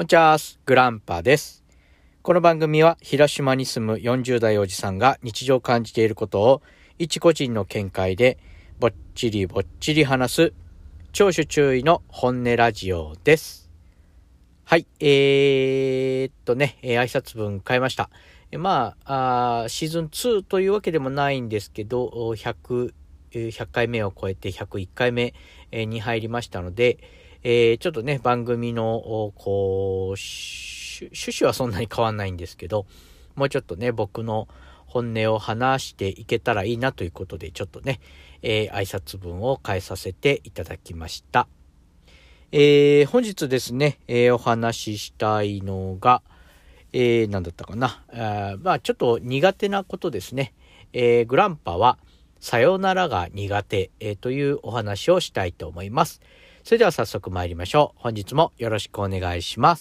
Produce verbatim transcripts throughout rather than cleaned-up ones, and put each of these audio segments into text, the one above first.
おちゃーす、グランパです。この番組は広島に住むよんじゅう代おじさんが日常感じていることを一個人の見解でぼっちりぼっちり話す聴取注意の本音ラジオです。はい、えー、っとね、えー、挨拶文変えました。えまあ、あシーズンツーというわけでもないんですけど、ひゃく、ひゃっかいめを超えてひゃくいっかいめに入りましたので、えー、ちょっとね、番組の、こう、趣旨はそんなに変わんないんですけど、もうちょっとね、僕の本音を話していけたらいいなということで、ちょっとね、えー、挨拶文を変えさせていただきました。えー、本日ですね、えー、お話ししたいのが、えー、何だったかな。あまあ、ちょっと苦手なことですね。えー、グランパは、さよならが苦手、えー、というお話をしたいと思います。それでは早速参りましょう。本日もよろしくお願いします。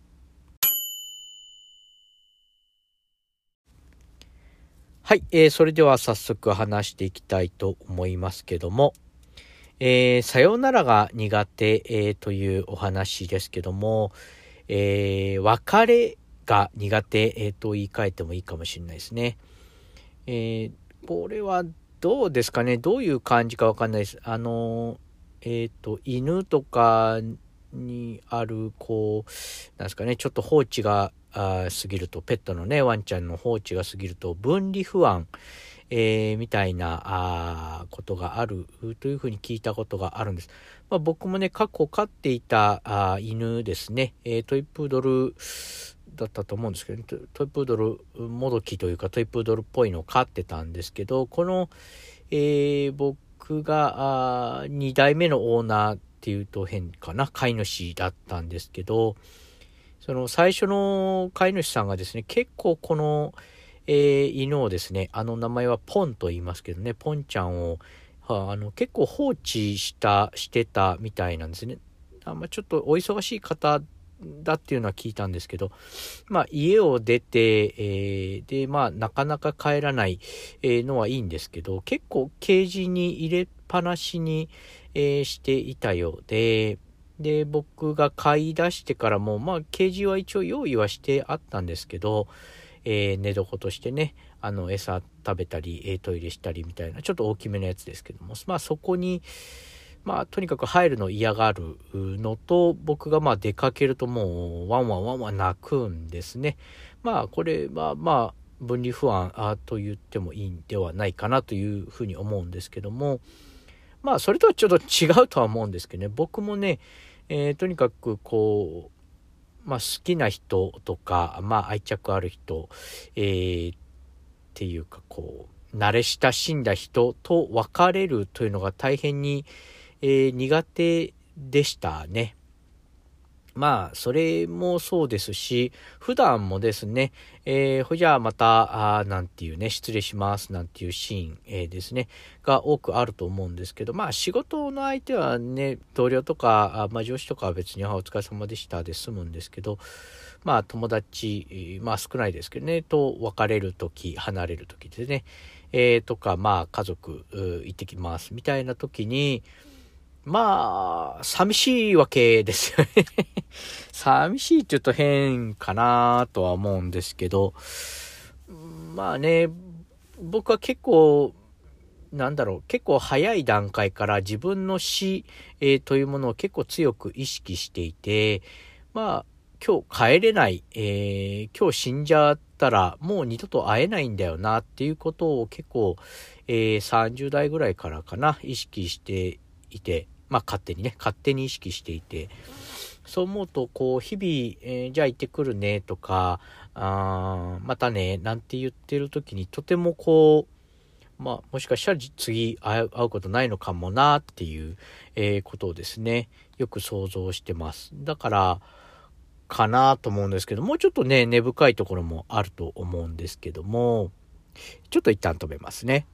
はい、えー、それでは早速話していきたいと思いますけども、えー、さよならが苦手、えー、というお話ですけども、えー、別れが苦手、えー、と言い換えてもいいかもしれないですね。えー、これはどうですかね。どういう感じかわかんないです。あのえっ、ー、と犬とかにあるこうなんですかね、ちょっと放置があ過ぎると、ペットのねワンちゃんの放置が過ぎると分離不安、えー、みたいなあことがあるというふうに聞いたことがあるんです。まあ、僕もね過去飼っていたあ犬ですね、えー、トイプードルだったと思うんですけど、ね、トイプードルもどきというかトイプードルっぽいのを飼ってたんですけど、この、えー、僕があに代目のオーナーっていうと変かな、飼い主だったんですけど、その最初の飼い主さんがですね、結構この、えー、犬をですね、あの名前はポンと言いますけどね、ポンちゃんをはあの結構放置したしてたみたいなんですね。あまあ、ちょっとお忙しい方だっていうのは聞いたんですけど、まあ家を出て、えー、でまあなかなか帰らない、えー、のはいいんですけど、結構ケージに入れっぱなしに、えー、していたようで、で僕が買い出してからもまあケージは一応用意はしてあったんですけど、えー、寝床としてね、あの餌食べたりトイレしたりみたいなちょっと大きめのやつですけども、まあそこにまあとにかく入るの嫌がるのと、僕がまあ出かけるともうワンワンワンワン泣くんですね。まあこれはまあ分離不安あと言ってもいいんではないかなというふうに思うんですけども、まあそれとはちょっと違うとは思うんですけどね、僕もね、えー、とにかくこうまあ好きな人とか、まあ愛着ある人、えー、っていうかこう慣れ親しんだ人と別れるというのが大変に、えー、苦手でしたね。まあそれもそうですし、普段もですね、えー、ほじゃあまたあなんていうね、失礼しますなんていうシーン、えー、ですねが多くあると思うんですけど、まあ仕事の相手はね、同僚とかあ、まあ、上司とかは別にお疲れ様でしたで済むんですけど、まあ友達、まあ少ないですけどね、と別れるとき、離れるときですね、えー、とかまあ家族行ってきますみたいなときに、まあ寂しいわけですよね寂しいって言うと変かなとは思うんですけど、まあね、僕は結構なんだろう、結構早い段階から自分の死、えー、というものを結構強く意識していて、まあ今日帰れない、えー、今日死んじゃったらもう二度と会えないんだよなっていうことを結構、えー、さんじゅう代ぐらいからかな意識していて、まあ勝手にね勝手に意識していて、そう思うとこう日々、えー、じゃあ行ってくるねとか、あまたねなんて言ってる時にとてもこう、まあもしかしたら次会う会うことないのかもなっていう、えー、ことをですねよく想像してます。だからかなと思うんですけど、もうちょっとね根深いところもあると思うんですけども、ちょっと一旦止めますね。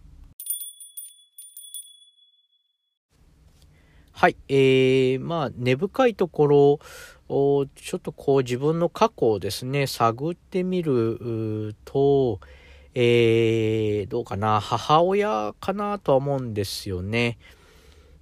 はい、えー、まあ根深いところをちょっとこう自分の過去をですね探ってみると、えー、どうかな、母親かなとは思うんですよね。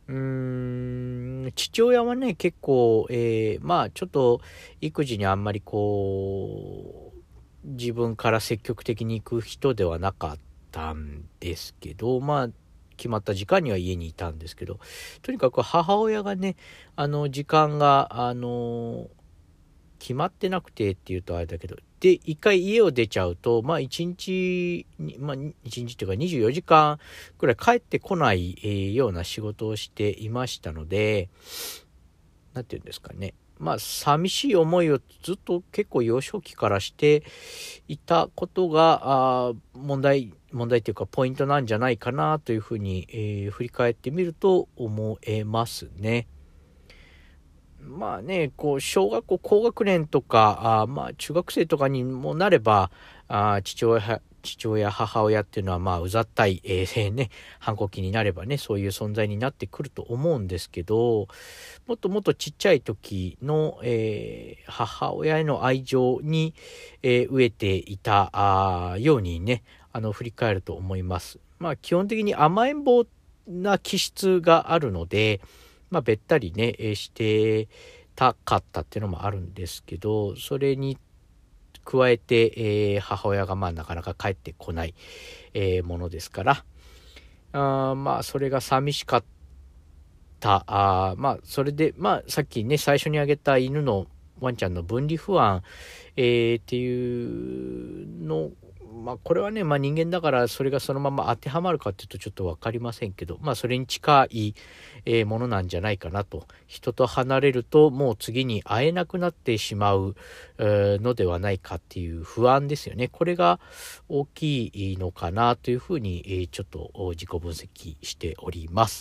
うーん、父親はね、結構、えー、まあ、ちょっと、育児にあんまりこう、自分から積極的に行く人ではなかったんですけど、まあ、決まった時間には家にいたんですけど、とにかく母親がね、あの、時間が、あの、決まってなくてっていうとあれだけど、で、一回家を出ちゃうと、まあ一日に、まあ一日っていうかにじゅうよじかんくらい帰ってこない、えーような仕事をしていましたので、なんていうんですかね。まあ寂しい思いをずっと結構幼少期からしていたことが、あ問題、問題というかポイントなんじゃないかなというふうに、えー振り返ってみると思えますね。まあね、こう、小学校高学年とか、あまあ中学生とかにもなれば、あ父親、父親、母親っていうのはまあうざったい、えー、ね、反抗期になればね、そういう存在になってくると思うんですけど、もっともっとちっちゃい時の、えー母親への愛情に、えー飢えていたあようにね、あの、振り返ると思います。まあ基本的に甘えん坊な気質があるので、まあ、べったりね、えーしてたかったっていうのもあるんですけど、それに加えて、えー母親がまあなかなか帰ってこない、えーものですから、あーまあそれが寂しかった。あまあそれで、まあさっきね、最初に挙げた犬のワンちゃんの分離不安、えーっていうの、まあこれはね、まあ人間だからそれがそのまま当てはまるかっていうとちょっとわかりませんけど、まあそれに近い、えーものなんじゃないかなと。人と離れるともう次に会えなくなってしまう、えーのではないかっていう不安ですよね。これが大きいのかなというふうに、えーちょっと自己分析しております。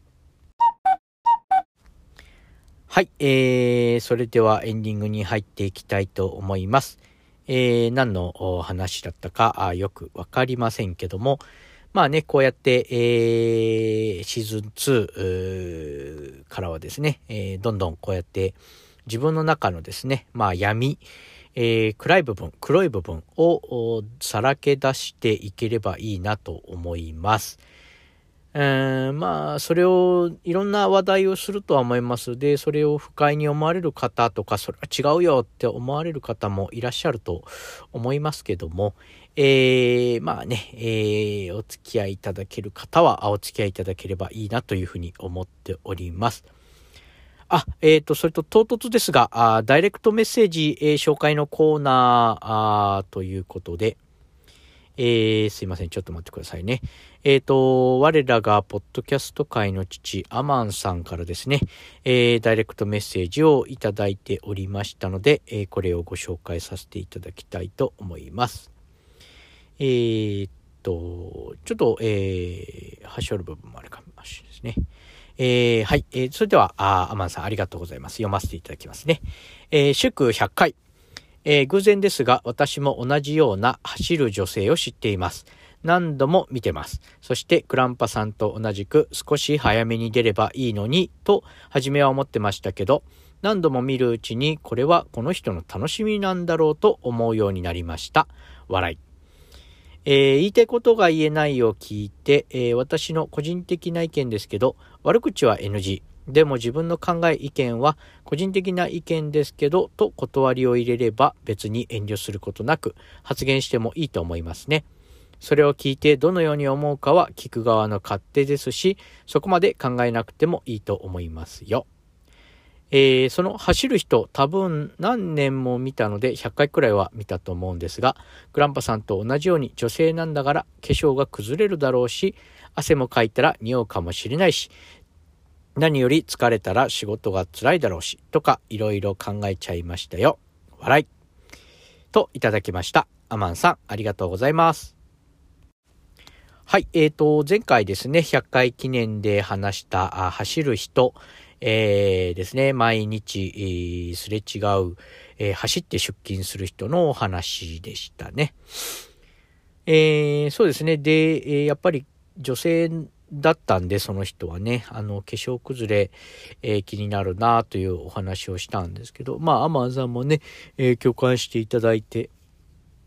はい、えー、それではエンディングに入っていきたいと思います。えー、何のお話だったかあよくわかりませんけども、まあね、こうやって、えー、シーズンツーからはですね、えー、どんどんこうやって自分の中のですね、まあ闇、えー、暗い部分、黒い部分をさらけ出していければいいなと思います。えー、まあそれをいろんな話題をするとは思います。でそれを不快に思われる方とか、それは違うよって思われる方もいらっしゃると思いますけども、えー、まあね、えー、お付き合いいただける方はお付き合いいただければいいなというふうに思っております。あ、えっ、ー、と、それと唐突ですが、あダイレクトメッセージ、えー、紹介のコーナーあということで、えー、すいません。ちょっと待ってくださいね。えっ、ー、と、我らがポッドキャスト界の父、アマンさんからですね、えー、ダイレクトメッセージをいただいておりましたので、えー、これをご紹介させていただきたいと思います。えー、っと、ちょっと、えー、端折る部分もあるかもしれないですね。えー、はい。えー、それでは、あアマンさんありがとうございます。読ませていただきますね。えー、祝ひゃっかい。えー、偶然ですが、私も同じような走る女性を知っています。何度も見てます。そしてグランパさんと同じく少し早めに出ればいいのにと初めは思ってましたけど、何度も見るうちにこれはこの人の楽しみなんだろうと思うようになりました。笑い。えー、言いたいことが言えないを聞いて、えー、私の個人的な意見ですけど、悪口は エヌジー。でも自分の考え意見は個人的な意見ですけどと断りを入れれば別に遠慮することなく発言してもいいと思いますね。それを聞いてどのように思うかは聞く側の勝手ですし、そこまで考えなくてもいいと思いますよ。えー、その走る人多分何年も見たのでひゃっかいくらいは見たと思うんですが、グランパさんと同じように女性なんだから化粧が崩れるだろうし、汗もかいたら匂うかもしれないし、何より疲れたら仕事が辛いだろうし、とかいろいろ考えちゃいましたよ。笑い。といただきました。アマンさん、ありがとうございます。はい、えーと、前回ですね、ひゃっかい記念で話したあ走る人、えー、ですね、毎日、えー、すれ違う、えー、走って出勤する人のお話でしたね。えー、そうですね。で、えー、やっぱり女性だったんで、その人はね、あの、化粧崩れ、えー、気になるなというお話をしたんですけど、まあ、アマンさんもね、えー、共感していただいて、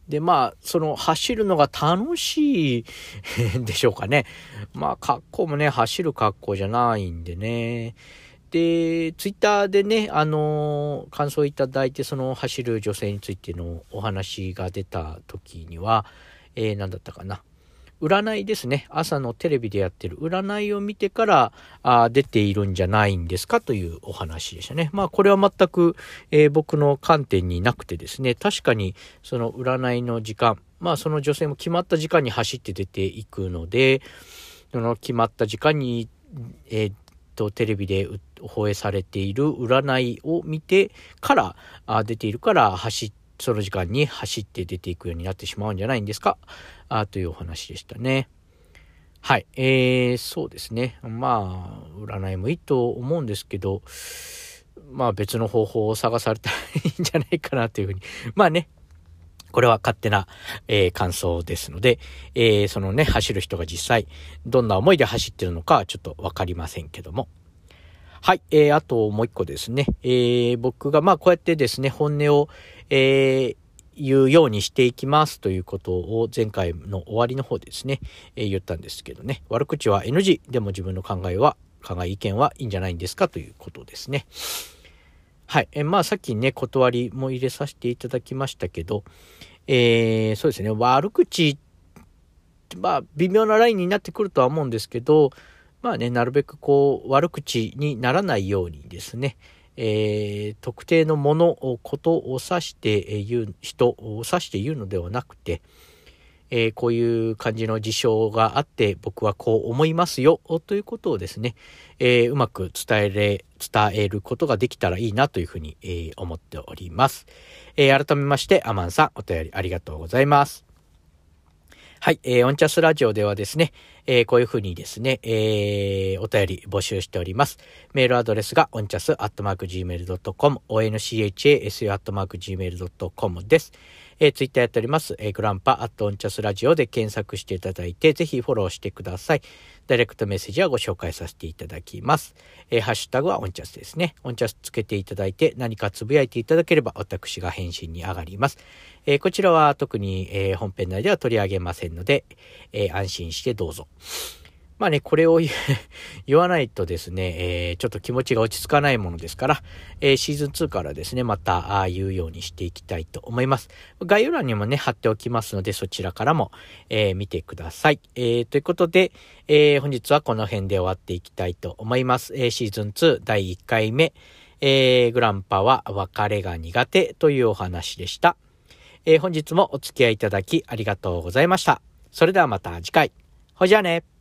で、まあ、その走るのが楽しいでしょうかね。まあ、格好もね、走る格好じゃないんでね。で、ツイッターでね、あのー、感想いただいて、その走る女性についてのお話が出た時には、えー、何だったかな。占いですね。朝のテレビでやってる占いを見てからあ出ているんじゃないんですかというお話でしたね。まあこれは全く、えー、僕の観点になくてですね、確かにその占いの時間、まあその女性も決まった時間に走って出ていくので、その決まった時間に、えー、とテレビで放映されている占いを見てからあ出ているから走ってその時間に走って出ていくようになってしまうんじゃないんですかあというお話でしたね。はい。えー、そうですね。まあ、占いもいいと思うんですけど、まあ別の方法を探されたらいいんじゃないかなというふうに。まあね、これは勝手な、えー、感想ですので、えー、そのね、走る人が実際どんな思いで走ってるのかはちょっとわかりませんけども。はい。えー、あともう一個ですね。えー、僕がまあこうやってですね、本音を、えー、言うようにしていきますということを前回の終わりの方でですね、えー、言ったんですけどね。悪口は エヌジー でも自分の考えは、考え意見はいいんじゃないんですかということですね。はい。えー、まあさっきね、断りも入れさせていただきましたけど、えー、そうですね。悪口、まあ微妙なラインになってくるとは思うんですけど、まあね、なるべくこう、悪口にならないようにですね、えー、特定のものを、ことを指して言う、人を指して言うのではなくて、えー、こういう感じの事象があって、僕はこう思いますよ、ということをですね、えー、うまく伝えれ、伝えることができたらいいなというふうに、えー、思っております。えー、改めまして、アマンさん、お便りありがとうございます。はい、えー、オンチャスラジオではですね、えー、こういうふうにですね、えー、お便り募集しております。メールアドレスがオンチャスアットマークジーメールドットコム、オンチャスアットマークジーメールドットコム です。えー、ツイッターやっております。えー、グランパアットオンチャスラジオで検索していただいて、ぜひフォローしてください。ダイレクトメッセージはご紹介させていただきます。えー、ハッシュタグはオンチャスですね。オンチャスつけていただいて何かつぶやいていただければ私が返信に上がります。えー、こちらは特に、えー、本編内では取り上げませんので、えー、安心してどうぞ。まあね、これを言わないとですね、えー、ちょっと気持ちが落ち着かないものですから、えー、シーズンツーからですね、またあ言うようにしていきたいと思います。概要欄にもね、貼っておきますので、そちらからも、えー、見てください。えー、ということで、えー、本日はこの辺で終わっていきたいと思います。えー、シーズンツーだいいっかいめ、えー、グランパは別れが苦手というお話でした。えー、本日もお付き合いいただきありがとうございました。それではまた次回。ほじゃあね。